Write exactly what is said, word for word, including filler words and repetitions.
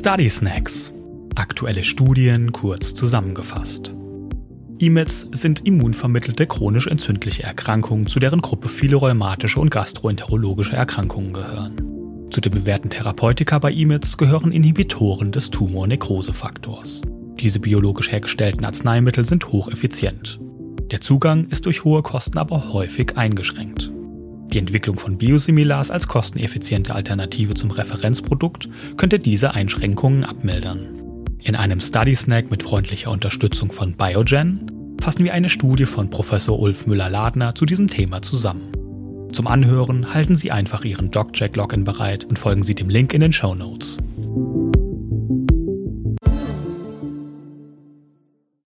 Study Snacks. Aktuelle Studien kurz zusammengefasst. I M I Ds sind immunvermittelte chronisch entzündliche Erkrankungen, zu deren Gruppe viele rheumatische und gastroenterologische Erkrankungen gehören. Zu den bewährten Therapeutika bei I M I Ds gehören Inhibitoren des Tumor-Nekrose-Faktors. Diese biologisch hergestellten Arzneimittel sind hocheffizient. Der Zugang ist durch hohe Kosten aber häufig eingeschränkt. Die Entwicklung von Biosimilars als kosteneffiziente Alternative zum Referenzprodukt könnte diese Einschränkungen abmildern. In einem Study Snack mit freundlicher Unterstützung von Biogen fassen wir eine Studie von Professor Ulf Müller-Ladner zu diesem Thema zusammen. Zum Anhören halten Sie einfach Ihren DocJack-Login bereit und folgen Sie dem Link in den Shownotes.